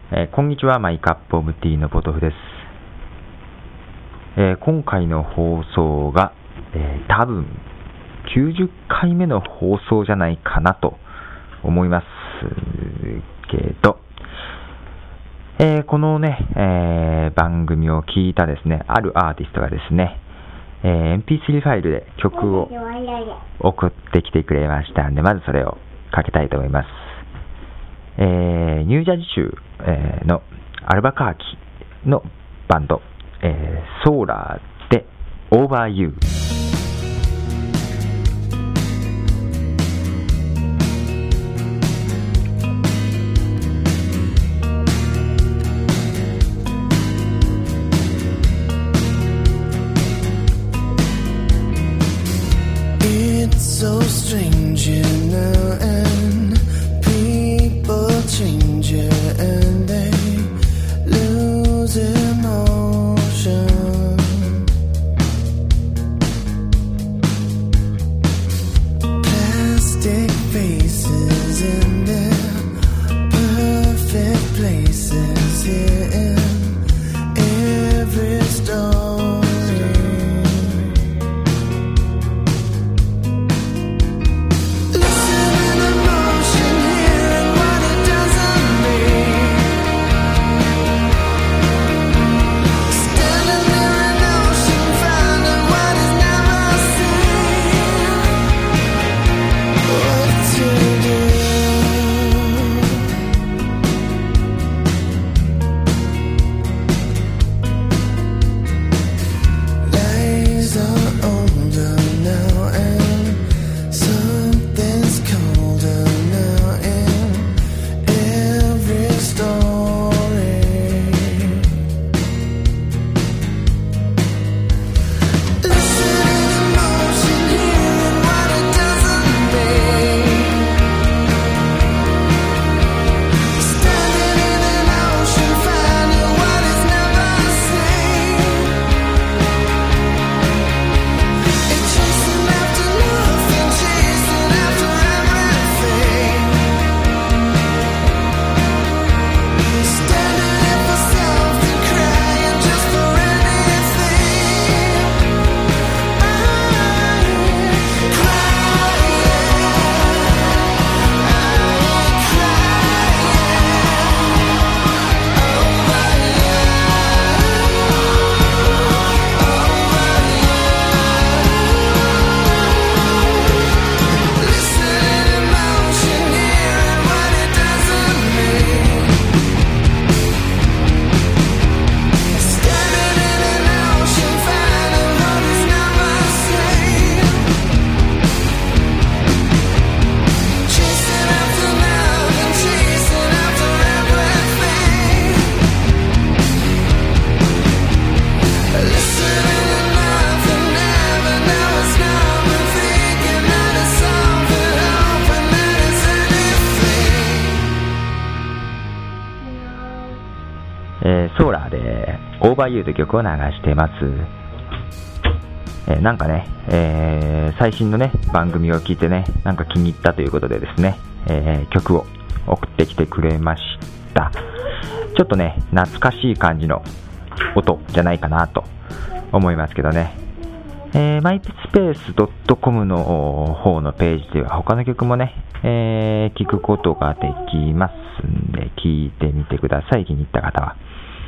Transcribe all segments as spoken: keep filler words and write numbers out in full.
えー、こんにちは、マイカップオブティーのポトフです。えー、今回の放送が、えー、多分きゅうじゅっかいめの放送じゃないかなと思いますけど、えー、このね、えー、番組を聞いたですね、あるアーティストがですね、えー、エムピースリー ファイルで曲を送ってきてくれましたんで、まずそれをかけたいと思います。えー、ニュージャージー州、えー、のアルバカーキのバンド、えー、ソーラーで Over You。 So strange, you know, and people change, and they lose emotion. Plastic faces in their perfect places here in every story. えー、ソーラーで Over You という曲を流しています。えー、なんかね、えー、最新のね番組を聞いてね、なんか気に入ったということでですね、えー、曲を送ってきてくれました。ちょっとね懐かしい感じの音じゃないかなと思いますけどね、えー、マイスペースドットコム の方のページでは他の曲もね、えー、聞くことができますんで聞いてみてください、気に入った方は。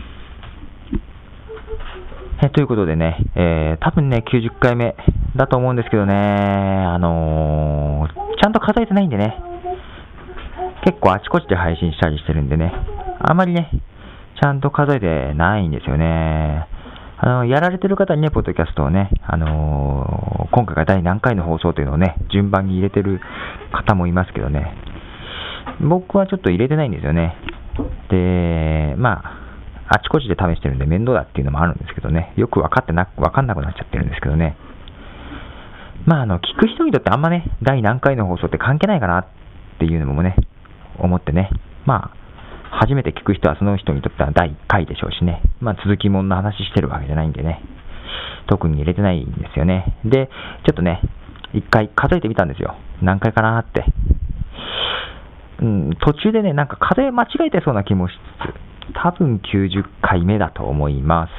えー、ということでね、えー、多分ねきゅうじゅっかいめだと思うんですけどね、あのー、ちゃんと数えてないんでね、結構あちこちで配信したりしてるんでね、あまりねちゃんと数えてないんですよね。あのやられてる方にね、ポッドキャストをね、あのー、今回が第何回の放送というのをね、順番に入れてる方もいますけどね、僕はちょっと入れてないんですよね。で、まあ、あちこちで試してるんで面倒だっていうのもあるんですけどね、よく分かってなく、分かんなくなっちゃってるんですけどね。まあ、あの、聞く人にとってあんまね、第何回の放送って関係ないかなっていうのもね、思ってね、まあ、初めて聞く人はその人にとってはだいいっかいでしょうしね、まあ、続きもんの話してるわけじゃないんでね、特に入れてないんですよね。で、ちょっとね、一回数えてみたんですよ。何回かなって。うん、途中でね、なんか数え間違えてそうな気もしつつ、 多分きゅうじゅっかいめだと思います。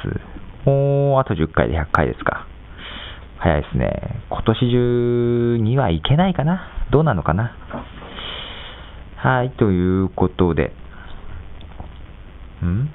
もうあとじゅっかいでひゃっかいですか。早いですね。今年中にはいけないかな。どうなのかな。はい、ということで。ん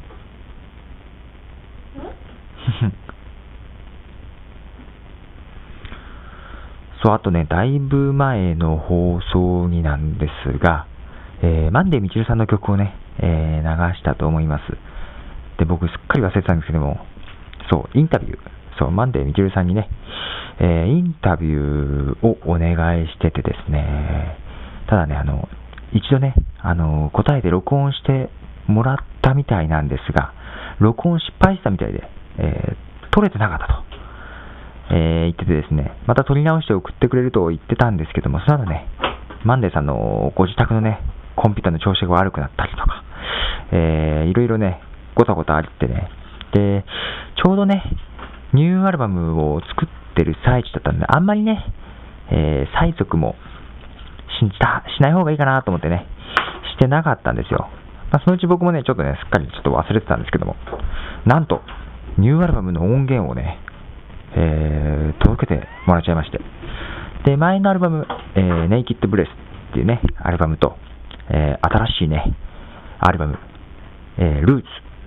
そう、あとね、だいぶ前の放送になんですが、えー、マンデーみちるさんの曲をね、えー、流したと思います。で、僕すっかり忘れてたんですけども、そう、インタビュー、そう、マンデーみちるさんにね、えー、インタビューをお願いしててですね、ただね、あの、一度ね、あの、答えで録音してもらったみたいなんですが、録音失敗したみたいで、えー、撮れてなかったと、えー、言っててですね、また撮り直して送ってくれると言ってたんですけども、その後ね、マンデーさんのご自宅のね、コンピューターの調子が悪くなったりとか、えー、いろいろね、ごたごたありってね、で、ちょうどね、ニューアルバムを作ってる最中だったんで、あんまりね、えー、催促もししたしない方がいいかなと思ってね、してなかったんですよ。まあ、そのうち僕もね、ちょっとね、すっかりちょっと忘れてたんですけども、なんと、ニューアルバムの音源をね、えー、届けてもらっちゃいまして、で、前のアルバム、えー、ネイキッドブレスっていうね、アルバムと、えー、新しいね、アルバム、えー、ルーツ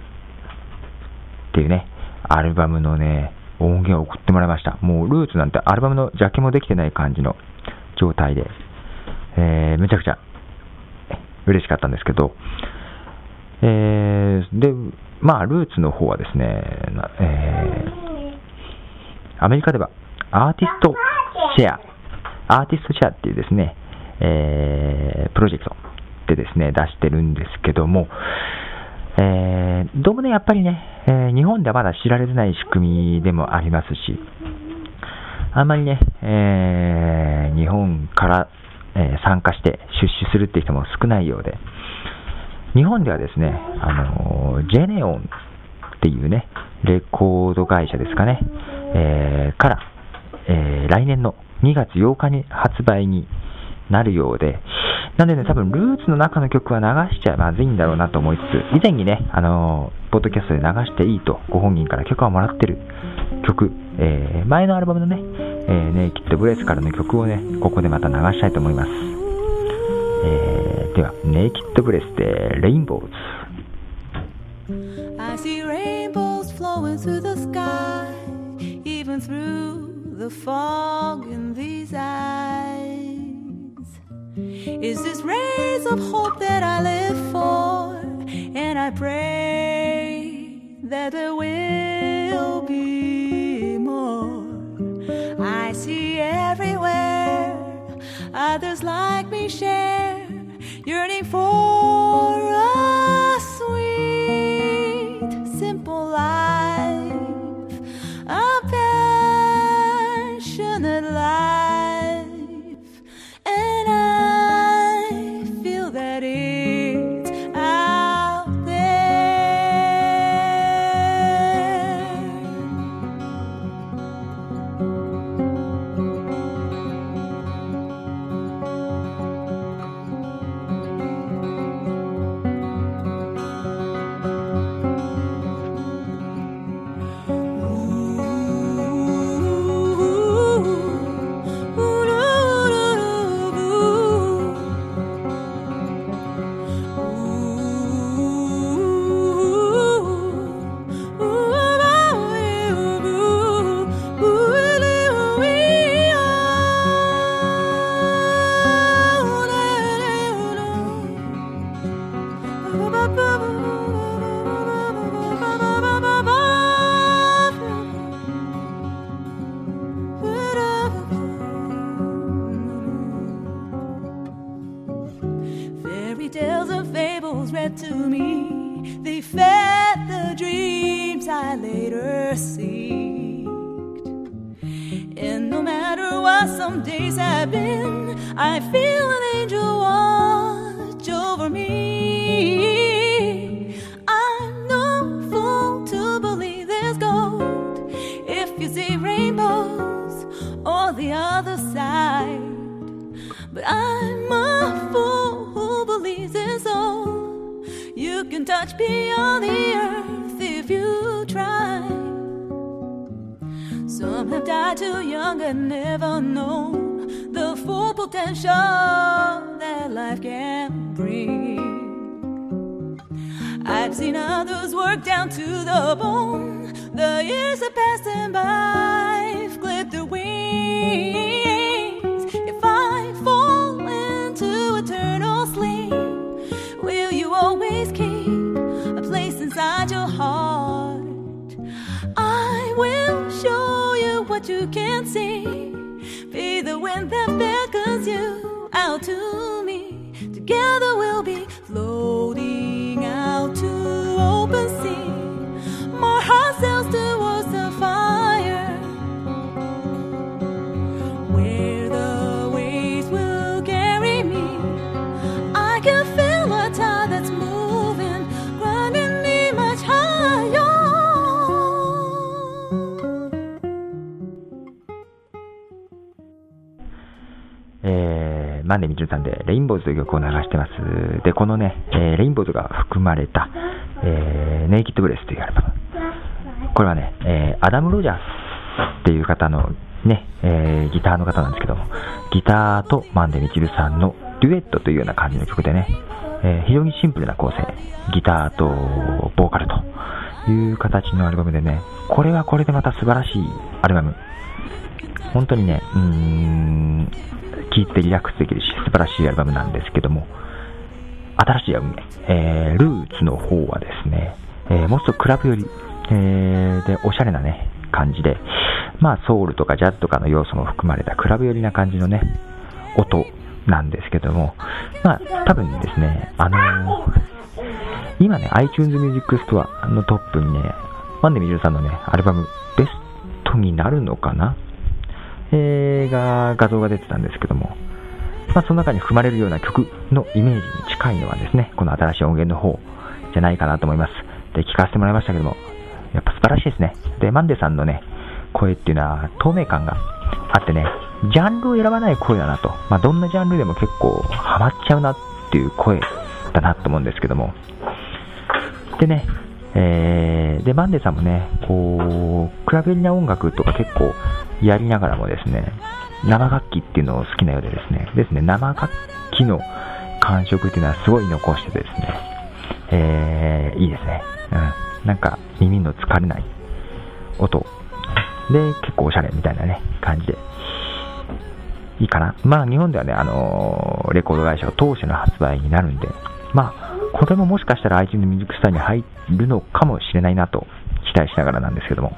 っていうね、アルバムのね、音源を送ってもらいました。もうルーツなんてアルバムのジャケもできてない感じの状態で、えー、めちゃくちゃ嬉しかったんですけど、えー、で、まあ、ルーツの方はですね、えー、アメリカではアーティストシェア、アーティストシェアっていうですね、えー、プロジェクトでですね、出してるんですけども、えー、どうもね、やっぱりね、えー、日本ではまだ知られてない仕組みでもありますし、あんまりね、えー、日本から、えー、参加して出資するっていう人も少ないようで、日本ではですね、あのー、ジェネオンっていうね、レコード会社ですかね、えー、から、えー、来年のにがつようかに発売になるようで、なんでね、多分ルーツの中の曲は流しちゃまずいんだろうなと思いつつ、以前にね、あのー、ポッドキャストで流していいとご本人から許可をもらってる曲、えー、前のアルバムのね、えー、ネイキッドブレスからの曲をね、ここでまた流したいと思います。えー、では、ネイキッドブレスでレインボーズ。 I see rainbows flowing through the sky, even through the fog in these eyes. Is this rays of hope that I live for? And I pray that there will be more. I see everywhere others like me share, yearning for a sweet, simple life, a passionate life, and I feel that it's out tales and fables read to me, they fed the dreams I later seeked. And no matter what some days have been, I feel an angel watch over me. I'm no fool to believe there's gold if you see rainbows on the other side. But I'm a fool who believes it's all. You can tell much beyond the earth if you try. Some have died too young and never known the full potential that life can bring. I've seen others work down to the bone. The years have passed and by, clipped their wings. If I fall into eternal sleep, will you always keep a place inside your heart? I will show you what you can't see. Be the wind that beckons you out to me. Together we'll be floating out to open sea. More ourselves towards the fire, where the waves will carry me. I can feel a tide that's moving, grinding me much higher. えー、マンデミチルさんでレインボーズという曲を流してます。で、このね、えー、レインボーズが含まれた、えー、ネイキッドブレスというアルバム。これはね、えー、アダム・ロジャースっていう方のね、えー、ギターの方なんですけども、ギターとマンデミチルさんのデュエットというような感じの曲でね、えー、非常にシンプルな構成、ギターとボーカルという形のアルバムでね、これはこれでまた素晴らしいアルバム。本当にね、うーん、聴いてリラックスできるし素晴らしいアルバムなんですけども、新しいアルバム、えー、ルーツの方はですね、えー、もうちょっとクラブより、えー、でおしゃれなね感じで、まあソウルとかジャズとかの要素も含まれたクラブ寄りな感じのね音なんですけども、まあ多分ですね、あのー、今ね iTunes Music Store のトップにね、マンデミジルさんのねアルバムベストになるのかな、えー、が画像が出てたんですけども、まあ、その中に含まれるような曲のイメージに近いのはですね、この新しい音源の方じゃないかなと思います。で、聞かせてもらいましたけども、やっぱ素晴らしいですね。で、マンデさんのね、声っていうのは透明感があってね、ジャンルを選ばない声だなと。まあ、どんなジャンルでも結構ハマっちゃうなっていう声だなと思うんですけども。でね、えー、で、マンデさんもね、こう、クラブ寄りな音楽とか結構やりながらもですね、生楽器っていうのを好きなようでですね、ですね、生楽器の感触っていうのはすごい残しててですね、えー、いいですね。うん。なんか耳の疲れない音で結構おしゃれみたいなね、感じでいいかな。まあ日本ではね、あのー、レコード会社を通しての発売になるんで、まあこれももしかしたら iTunes Music Store に入るのかもしれないなと期待しながらなんですけども、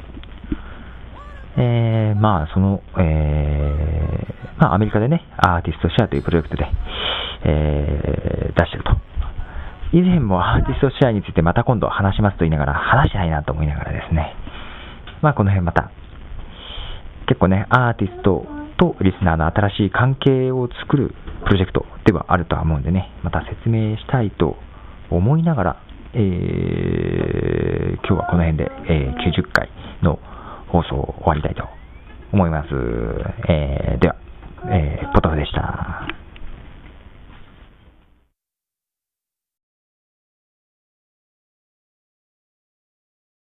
えー、まあその、えー、まあアメリカでね、アーティストシェアというプロジェクトで、えー、出してると。以前もアーティストシェアについてまた今度話しますと言いながら話してないなと思いながらですね、まあこの辺また結構ね、アーティストとリスナーの新しい関係を作るプロジェクトではあるとは思うんでね、また説明したいと思いながら、えー、今日はこの辺で、えー、きゅうじゅっかいの放送を終わりたいと思います。えー、では、えー、ポトフでした。